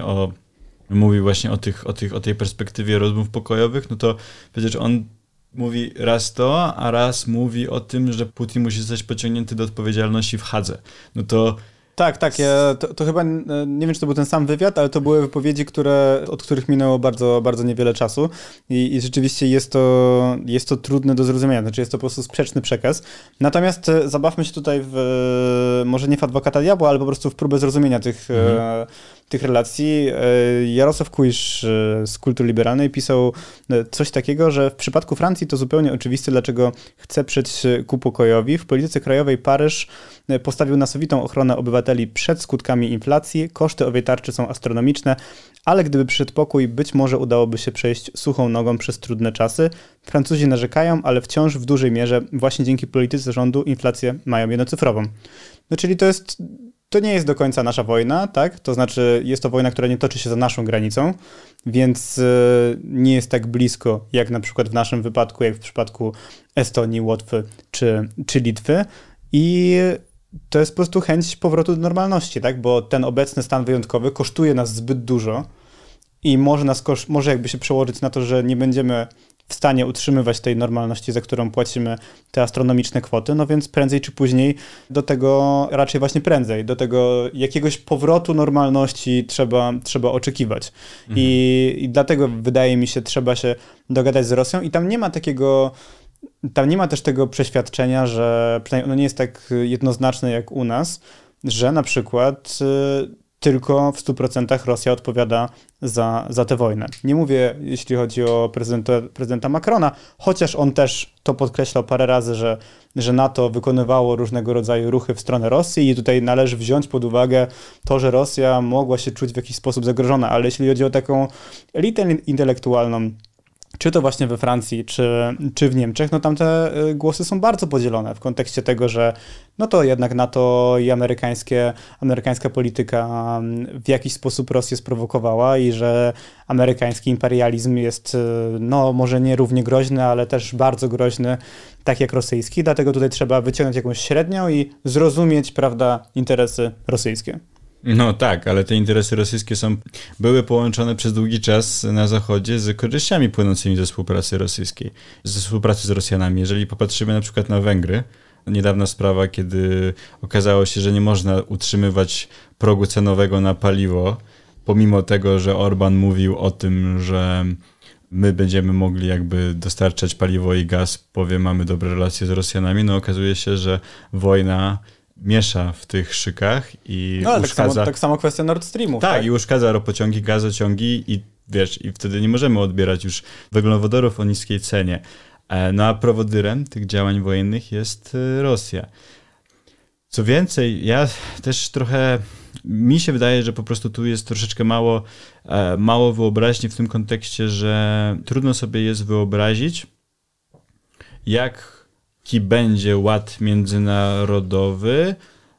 [SPEAKER 2] o tej perspektywie rozmów pokojowych, no to przecież on mówi raz to, a raz mówi o tym, że Putin musi zostać pociągnięty do odpowiedzialności w Hadze. No to
[SPEAKER 1] tak, to chyba, nie wiem, czy to był ten sam wywiad, ale to były wypowiedzi, od których minęło bardzo, bardzo niewiele czasu i rzeczywiście jest to trudne do zrozumienia, znaczy jest to po prostu sprzeczny przekaz. Natomiast zabawmy się tutaj może nie w adwokata diabła, ale po prostu w próbę zrozumienia tych relacji. Jarosław Kuisz z Kultury Liberalnej pisał coś takiego, że w przypadku Francji to zupełnie oczywiste, dlaczego chce przejść ku pokojowi. W polityce krajowej Paryż postawił na sowitą ochronę obywateli przed skutkami inflacji. Koszty owej tarczy są astronomiczne, ale gdyby przyszedł pokój, być może udałoby się przejść suchą nogą przez trudne czasy. Francuzi narzekają, ale wciąż w dużej mierze właśnie dzięki polityce rządu inflację mają jednocyfrową. No czyli to nie jest do końca nasza wojna, tak? To znaczy jest to wojna, która nie toczy się za naszą granicą, więc nie jest tak blisko jak na przykład w naszym wypadku, jak w przypadku Estonii, Łotwy czy Litwy. I to jest po prostu chęć powrotu do normalności, tak? Bo ten obecny stan wyjątkowy kosztuje nas zbyt dużo i może jakby się przełożyć na to, że nie będziemy w stanie utrzymywać tej normalności, za którą płacimy te astronomiczne kwoty, no więc prędzej czy później do tego jakiegoś powrotu normalności trzeba oczekiwać. I dlatego wydaje mi się, trzeba się dogadać z Rosją i tam nie ma też tego przeświadczenia, że przynajmniej ono nie jest tak jednoznaczne jak u nas, że na przykład tylko w 100% Rosja odpowiada za tę wojnę. Nie mówię, jeśli chodzi o prezydenta Macrona, chociaż on też to podkreślał parę razy, że NATO wykonywało różnego rodzaju ruchy w stronę Rosji i tutaj należy wziąć pod uwagę to, że Rosja mogła się czuć w jakiś sposób zagrożona, ale jeśli chodzi o taką elitę intelektualną, czy to właśnie we Francji, czy w Niemczech, no tam te głosy są bardzo podzielone w kontekście tego, że no to jednak NATO i amerykańska polityka w jakiś sposób Rosję sprowokowała i że amerykański imperializm jest no może nie równie groźny, ale też bardzo groźny, tak jak rosyjski, dlatego tutaj trzeba wyciągnąć jakąś średnią i zrozumieć, prawda, interesy rosyjskie.
[SPEAKER 2] No tak, ale te interesy rosyjskie były połączone przez długi czas na Zachodzie z korzyściami płynącymi ze współpracy rosyjskiej, ze współpracy z Rosjanami. Jeżeli popatrzymy na przykład na Węgry, niedawna sprawa, kiedy okazało się, że nie można utrzymywać progu cenowego na paliwo, pomimo tego, że Orban mówił o tym, że my będziemy mogli jakby dostarczać paliwo i gaz, bowiem mamy dobre relacje z Rosjanami, no okazuje się, że wojna miesza w tych szykach i
[SPEAKER 1] no, ale
[SPEAKER 2] uszkadza...
[SPEAKER 1] tak samo kwestia Nord Streamów.
[SPEAKER 2] Tak, i uszkadza ropociągi, gazociągi i wiesz, i wtedy nie możemy odbierać już węglowodorów o niskiej cenie. No a prowodyrem tych działań wojennych jest Rosja. Co więcej, ja też trochę... Mi się wydaje, że po prostu tu jest troszeczkę mało wyobraźni w tym kontekście, że trudno sobie jest wyobrazić, jaki będzie ład międzynarodowy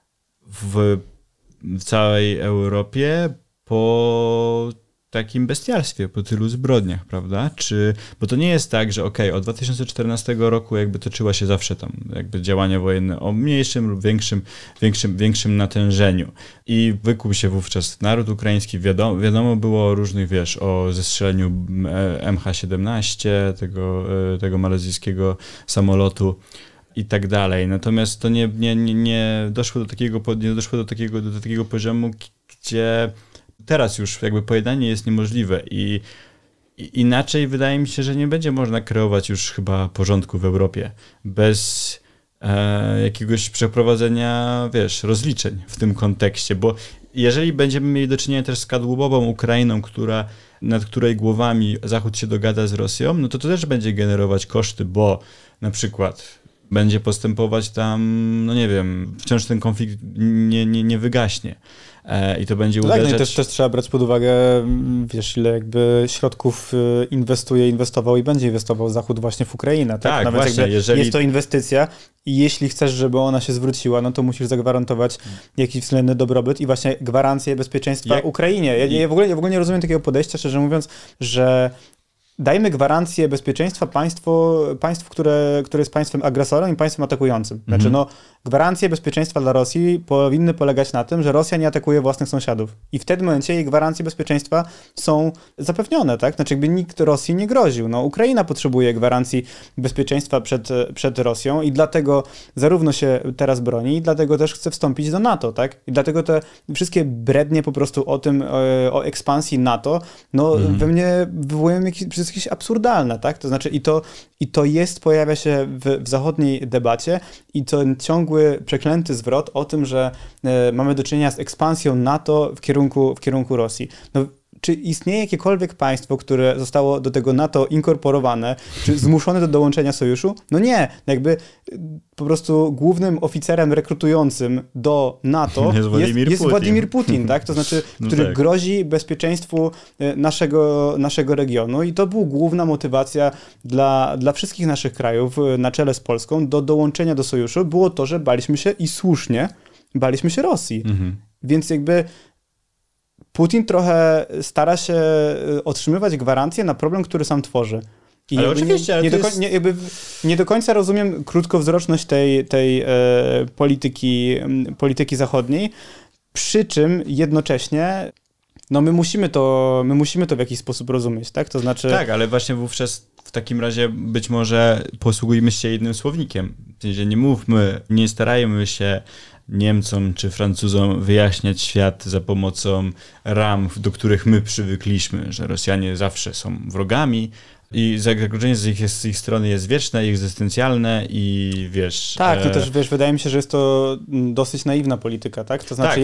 [SPEAKER 2] w całej Europie po takim bestialstwie, po tylu zbrodniach, prawda? Bo to nie jest tak, że od 2014 roku jakby toczyła się zawsze tam jakby działania wojenne o mniejszym lub większym natężeniu. I wykuł się wówczas naród ukraiński. Wiadomo było o różnych, o zestrzeleniu MH17, tego malezyjskiego samolotu i tak dalej. Natomiast to nie doszło do takiego poziomu, gdzie teraz już jakby pojednanie jest niemożliwe i inaczej wydaje mi się, że nie będzie można kreować już chyba porządku w Europie bez jakiegoś przeprowadzenia, rozliczeń w tym kontekście, bo jeżeli będziemy mieli do czynienia też z kadłubową Ukrainą, nad której głowami Zachód się dogada z Rosją, no to też będzie generować koszty, bo na przykład będzie postępować tam, no nie wiem, wciąż ten konflikt nie wygaśnie. I to będzie uderzać...
[SPEAKER 1] Tak, no i też trzeba brać pod uwagę, ile jakby środków inwestował i będzie inwestował Zachód właśnie w Ukrainę. Tak, nawet właśnie, jeżeli... Jest to inwestycja i jeśli chcesz, żeby ona się zwróciła, no to musisz zagwarantować jakiś względny dobrobyt i właśnie gwarancję bezpieczeństwa Ukrainie. Ja w ogóle nie rozumiem takiego podejścia, szczerze mówiąc, że dajmy gwarancję bezpieczeństwa państwu, które jest państwem agresorem i państwem atakującym. Znaczy, gwarancje bezpieczeństwa dla Rosji powinny polegać na tym, że Rosja nie atakuje własnych sąsiadów. I w tym momencie jej gwarancje bezpieczeństwa są zapewnione, tak? Znaczy, jakby nikt Rosji nie groził. No, Ukraina potrzebuje gwarancji bezpieczeństwa przed Rosją i dlatego zarówno się teraz broni, i dlatego też chce wstąpić do NATO, tak? I dlatego te wszystkie brednie po prostu o ekspansji NATO, we mnie wywołują jakieś absurdalne, tak? To znaczy i to pojawia się w zachodniej debacie i to ciągły, przeklęty zwrot o tym, że mamy do czynienia z ekspansją NATO w kierunku Rosji. No, czy istnieje jakiekolwiek państwo, które zostało do tego NATO inkorporowane, czy zmuszone do dołączenia sojuszu? No nie. Jakby po prostu głównym oficerem rekrutującym do NATO jest Władimir Putin, tak? To znaczy, który grozi bezpieczeństwu naszego regionu i to była główna motywacja dla wszystkich naszych krajów na czele z Polską do dołączenia do sojuszu było to, że baliśmy się i słusznie baliśmy się Rosji. Więc jakby Putin trochę stara się otrzymywać gwarancje na problem, który sam tworzy. I
[SPEAKER 2] ale oczywiście,
[SPEAKER 1] nie do końca rozumiem krótkowzroczność tej polityki zachodniej, przy czym jednocześnie my musimy to w jakiś sposób rozumieć, tak? To znaczy...
[SPEAKER 2] Tak, ale właśnie wówczas w takim razie być może posługujmy się jednym słownikiem. W sensie nie starajmy się Niemcom czy Francuzom wyjaśniać świat za pomocą ram, do których my przywykliśmy, że Rosjanie zawsze są wrogami i zagrożenie z ich strony jest wieczne i egzystencjalne i
[SPEAKER 1] Tak, to też wydaje mi się, że jest to dosyć naiwna polityka, tak? To znaczy,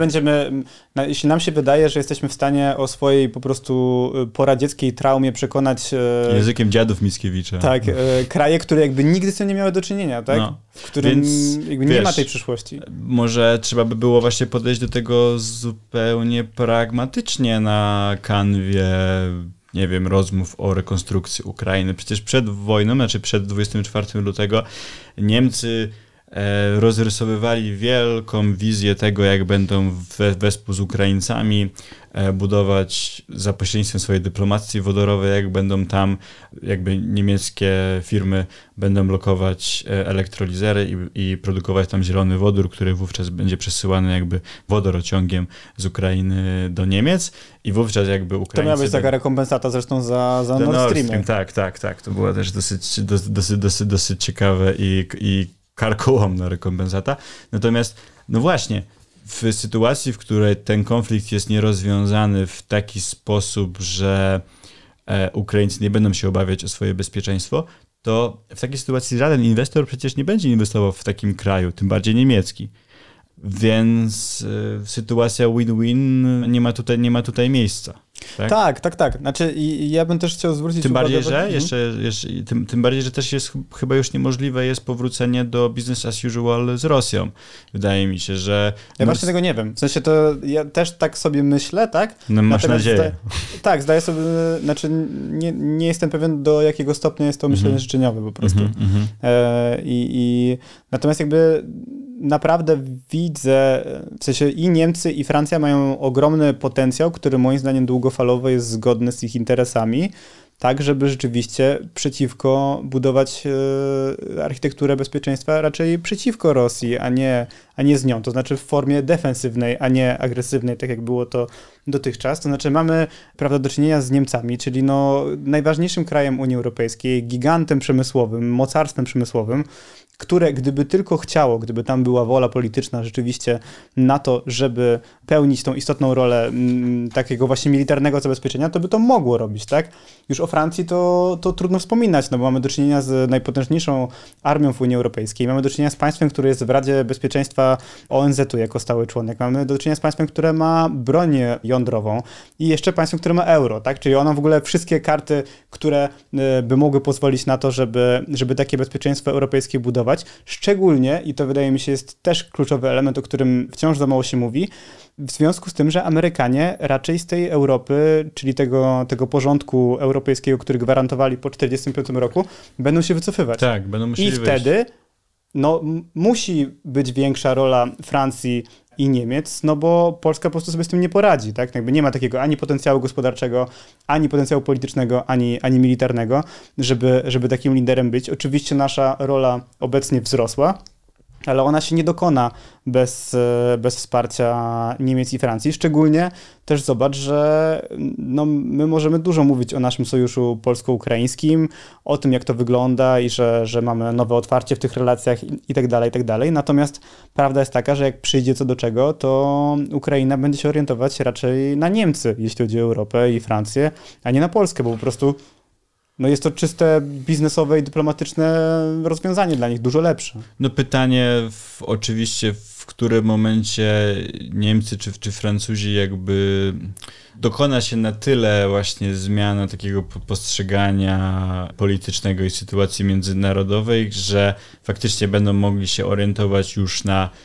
[SPEAKER 1] jeśli nam się wydaje, że jesteśmy w stanie o swojej po prostu poradzieckiej traumie przekonać...
[SPEAKER 2] Językiem dziadów Mickiewicza.
[SPEAKER 1] Tak, kraje, które jakby nigdy z tym nie miały do czynienia, tak? W którym jakby nie ma tej przyszłości.
[SPEAKER 2] Może trzeba by było właśnie podejść do tego zupełnie pragmatycznie na kanwie rozmów o rekonstrukcji Ukrainy. Przecież przed wojną, znaczy przed 24 lutego Niemcy rozrysowywali wielką wizję tego, jak będą wespół z Ukraińcami budować za pośrednictwem swojej dyplomacji wodorowej, jak będą tam jakby niemieckie firmy będą lokować elektrolizery i produkować tam zielony wodór, który wówczas będzie przesyłany jakby wodorociągiem z Ukrainy do Niemiec i wówczas jakby Ukraińcy...
[SPEAKER 1] To miała być taka rekompensata zresztą za Nord Stream.
[SPEAKER 2] Tak. To było też dosyć ciekawe i karkołomna rekompensata. Natomiast, no właśnie, w sytuacji, w której ten konflikt jest nierozwiązany w taki sposób, że Ukraińcy nie będą się obawiać o swoje bezpieczeństwo, to w takiej sytuacji żaden inwestor przecież nie będzie inwestował w takim kraju, tym bardziej niemiecki. Więc sytuacja win-win nie ma tutaj miejsca.
[SPEAKER 1] Tak. Znaczy, ja bym też chciał zwrócić
[SPEAKER 2] tym
[SPEAKER 1] uwagę...
[SPEAKER 2] Bardziej, tym bardziej, że też jest chyba już niemożliwe jest powrócenie do business as usual z Rosją. Wydaje mi się, że...
[SPEAKER 1] Ja właśnie tego nie wiem. W sensie to ja też tak sobie myślę, tak?
[SPEAKER 2] No masz nadzieję.
[SPEAKER 1] Zdaję sobie... Znaczy, nie jestem pewien, do jakiego stopnia jest to myślenie życzeniowe po prostu. Natomiast jakby naprawdę widzę, w sensie i Niemcy, i Francja mają ogromny potencjał, który moim zdaniem długofalowo jest zgodny z ich interesami, tak żeby rzeczywiście budować architekturę bezpieczeństwa raczej przeciwko Rosji, a nie z nią. To znaczy w formie defensywnej, a nie agresywnej, tak jak było to dotychczas. To znaczy mamy, prawda, do czynienia z Niemcami, czyli najważniejszym krajem Unii Europejskiej, gigantem przemysłowym, mocarstwem przemysłowym, które gdyby tylko chciało, gdyby tam była wola polityczna rzeczywiście na to, żeby pełnić tą istotną rolę takiego właśnie militarnego zabezpieczenia, to by to mogło robić, tak? Już o Francji to trudno wspominać, no bo mamy do czynienia z najpotężniejszą armią w Unii Europejskiej, mamy do czynienia z państwem, które jest w Radzie Bezpieczeństwa ONZ-u jako stały członek, mamy do czynienia z państwem, które ma broń jądrową i jeszcze państwem, które ma euro, tak? Czyli ono w ogóle wszystkie karty, które by mogły pozwolić na to, żeby takie bezpieczeństwo europejskie budować. Szczególnie, i to wydaje mi się jest też kluczowy element, o którym wciąż za mało się mówi, w związku z tym, że Amerykanie raczej z tej Europy, czyli tego porządku europejskiego, który gwarantowali po 1945 roku, będą się wycofywać.
[SPEAKER 2] Tak, będą musieli
[SPEAKER 1] I wtedy musi być większa rola Francji i Niemiec, no bo Polska po prostu sobie z tym nie poradzi, tak? Jakby nie ma takiego ani potencjału gospodarczego, ani potencjału politycznego, ani militarnego, żeby takim liderem być. Oczywiście nasza rola obecnie wzrosła, ale ona się nie dokona bez wsparcia Niemiec i Francji. Szczególnie też zobacz, że my możemy dużo mówić o naszym sojuszu polsko-ukraińskim, o tym, jak to wygląda i że mamy nowe otwarcie w tych relacjach i tak dalej. Natomiast prawda jest taka, że jak przyjdzie co do czego, to Ukraina będzie się orientować raczej na Niemcy, jeśli chodzi o Europę i Francję, a nie na Polskę, bo po prostu jest to czyste biznesowe i dyplomatyczne rozwiązanie dla nich, dużo lepsze.
[SPEAKER 2] No pytanie oczywiście, w którym momencie Niemcy czy Francuzi jakby dokona się na tyle właśnie zmiana takiego postrzegania politycznego i sytuacji międzynarodowej, że faktycznie będą mogli się orientować już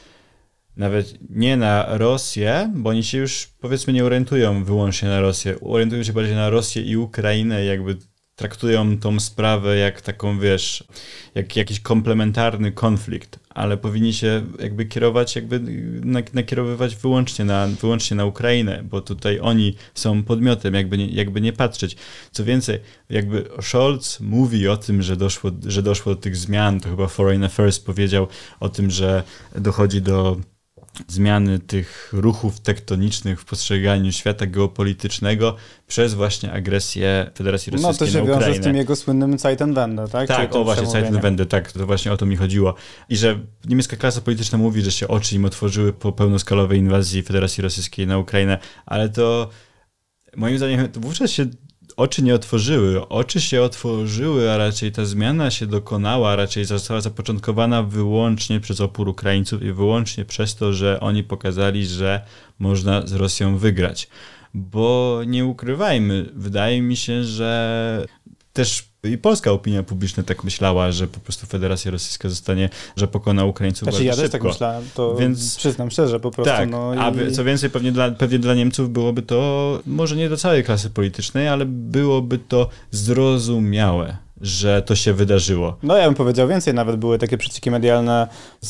[SPEAKER 2] nawet nie na Rosję, bo oni się już powiedzmy nie orientują wyłącznie na Rosję, orientują się bardziej na Rosję i Ukrainę, jakby traktują tą sprawę jak taką, jak jakiś komplementarny konflikt, ale powinni się jakby kierować, nakierowywać wyłącznie na Ukrainę, bo tutaj oni są podmiotem, jakby nie patrzeć. Co więcej, jakby Scholz mówi o tym, że doszło do tych zmian, to chyba Foreign Affairs powiedział o tym, że dochodzi do zmiany tych ruchów tektonicznych w postrzeganiu świata geopolitycznego przez właśnie agresję Federacji Rosyjskiej na Ukrainę.
[SPEAKER 1] No to się wiąże z tym jego słynnym Zeitenwende, tak?
[SPEAKER 2] Tak, właśnie Zeitenwende, tak, to właśnie o to mi chodziło. I że niemiecka klasa polityczna mówi, że się oczy im otworzyły po pełnoskalowej inwazji Federacji Rosyjskiej na Ukrainę, ale to moim zdaniem wówczas się oczy nie otworzyły. Oczy się otworzyły, a raczej ta zmiana się dokonała, raczej została zapoczątkowana wyłącznie przez opór Ukraińców i wyłącznie przez to, że oni pokazali, że można z Rosją wygrać. Bo nie ukrywajmy, wydaje mi się, że też i polska opinia publiczna tak myślała, że po prostu Federacja Rosyjska że pokona Ukraińców bardzo szybko.
[SPEAKER 1] Ja też tak myślałem, to więc przyznam szczerze, po prostu.
[SPEAKER 2] Tak, co więcej, pewnie dla Niemców byłoby to, może nie do całej klasy politycznej, ale byłoby to zrozumiałe, że to się wydarzyło.
[SPEAKER 1] No ja bym powiedział więcej, nawet były takie przecieki medialne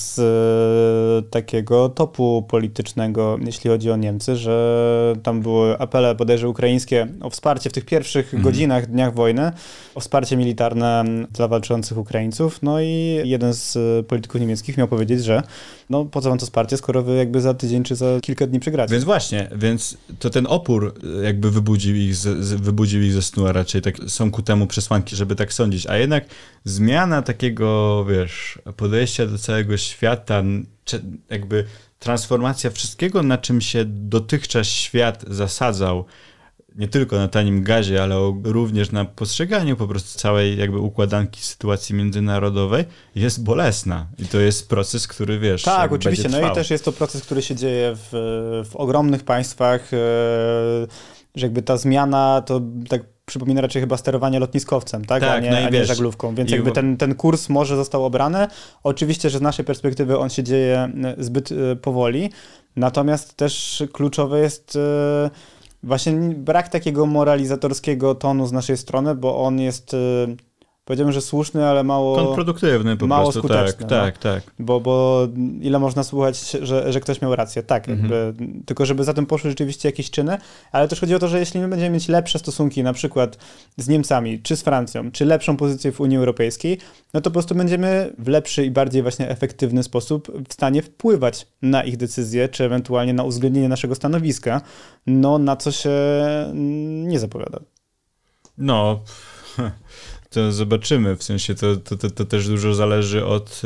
[SPEAKER 1] z takiego topu politycznego, jeśli chodzi o Niemcy, że tam były apele bodajże ukraińskie o wsparcie w tych pierwszych godzinach, dniach wojny, o wsparcie militarne dla walczących Ukraińców. No i jeden z polityków niemieckich miał powiedzieć, że po co wam to wsparcie, skoro wy jakby za tydzień czy za kilka dni przegracie.
[SPEAKER 2] Więc właśnie, to ten opór jakby wybudził ich ze snu, a raczej tak są ku temu przesłanki, żeby tak sądzić, a jednak zmiana takiego, podejścia do całego świata, jakby transformacja wszystkiego, na czym się dotychczas świat zasadzał, nie tylko na tanim gazie, ale również na postrzeganiu po prostu całej jakby układanki sytuacji międzynarodowej jest bolesna. I to jest proces, który
[SPEAKER 1] tak, oczywiście.
[SPEAKER 2] Będzie trwał.
[SPEAKER 1] No i też jest to proces, który się dzieje w ogromnych państwach, że jakby ta zmiana to tak przypomina raczej chyba sterowanie lotniskowcem, tak?
[SPEAKER 2] Tak,
[SPEAKER 1] a nie żaglówką. Więc jakby ten kurs może został obrany. Oczywiście, że z naszej perspektywy on się dzieje zbyt powoli. Natomiast też kluczowe jest właśnie brak takiego moralizatorskiego tonu z naszej strony, bo on jest, powiedziałbym, że słuszny, ale mało
[SPEAKER 2] kontrproduktywny po
[SPEAKER 1] mało
[SPEAKER 2] prostu,
[SPEAKER 1] skuteczny.
[SPEAKER 2] tak.
[SPEAKER 1] Bo ile można słuchać, że ktoś miał rację. Tak, jakby, tylko żeby za tym poszły rzeczywiście jakieś czyny, ale też chodzi o to, że jeśli my będziemy mieć lepsze stosunki na przykład z Niemcami, czy z Francją, czy lepszą pozycję w Unii Europejskiej, no to po prostu będziemy w lepszy i bardziej właśnie efektywny sposób w stanie wpływać na ich decyzje, czy ewentualnie na uwzględnienie naszego stanowiska, no na co się nie zapowiada.
[SPEAKER 2] No, to zobaczymy, w sensie to też dużo zależy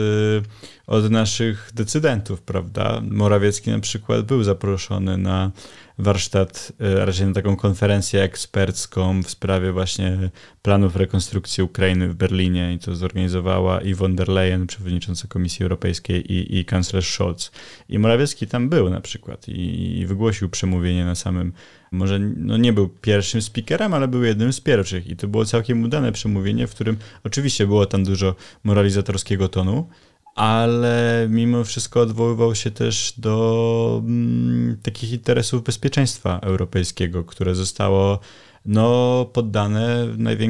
[SPEAKER 2] od naszych decydentów, prawda? Morawiecki na przykład był zaproszony na warsztat, raczej na taką konferencję ekspercką w sprawie właśnie planów rekonstrukcji Ukrainy w Berlinie i to zorganizowała i von der Leyen, przewodnicząca Komisji Europejskiej i kanclerz Scholz. I Morawiecki tam był na przykład i wygłosił przemówienie na samym, może nie był pierwszym speakerem, ale był jednym z pierwszych i to było całkiem udane przemówienie, w którym oczywiście było tam dużo moralizatorskiego tonu, ale mimo wszystko odwoływał się też do takich interesów bezpieczeństwa europejskiego, które zostało poddane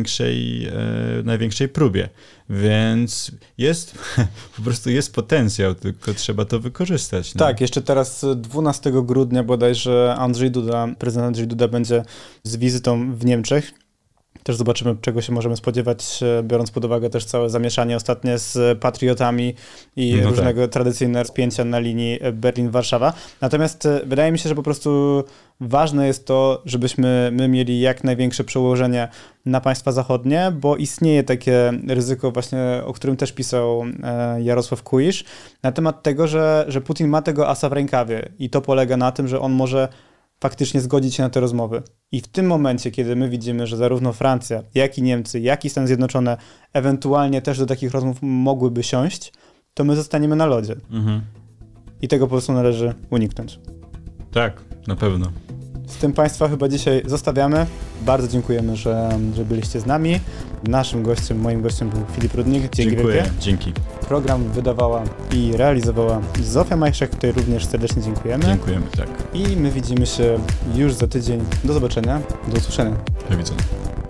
[SPEAKER 2] największej próbie. Więc po prostu jest potencjał, tylko trzeba to wykorzystać.
[SPEAKER 1] Tak, jeszcze teraz 12 grudnia bodajże prezydent Andrzej Duda będzie z wizytą w Niemczech. Też zobaczymy, czego się możemy spodziewać, biorąc pod uwagę też całe zamieszanie ostatnie z patriotami i różnego tradycyjne spięcia na linii Berlin-Warszawa. Natomiast wydaje mi się, że po prostu ważne jest to, żebyśmy my mieli jak największe przełożenie na państwa zachodnie, bo istnieje takie ryzyko właśnie, o którym też pisał Jarosław Kuisz, na temat tego, że Putin ma tego asa w rękawie i to polega na tym, że on może faktycznie zgodzić się na te rozmowy. I w tym momencie, kiedy my widzimy, że zarówno Francja, jak i Niemcy, jak i Stany Zjednoczone ewentualnie też do takich rozmów mogłyby siąść, to my zostaniemy na lodzie. I tego po prostu należy uniknąć.
[SPEAKER 2] Tak, na pewno.
[SPEAKER 1] Z tym Państwa chyba dzisiaj zostawiamy. Bardzo dziękujemy, że byliście z nami. Moim gościem był Filip Rudnik.
[SPEAKER 2] Dziękuję. Dzięki.
[SPEAKER 1] Program wydawała i realizowała Zofia Majszek, której również serdecznie dziękujemy.
[SPEAKER 2] Dziękujemy, tak.
[SPEAKER 1] I my widzimy się już za tydzień. Do zobaczenia, do usłyszenia.
[SPEAKER 2] Do widzenia.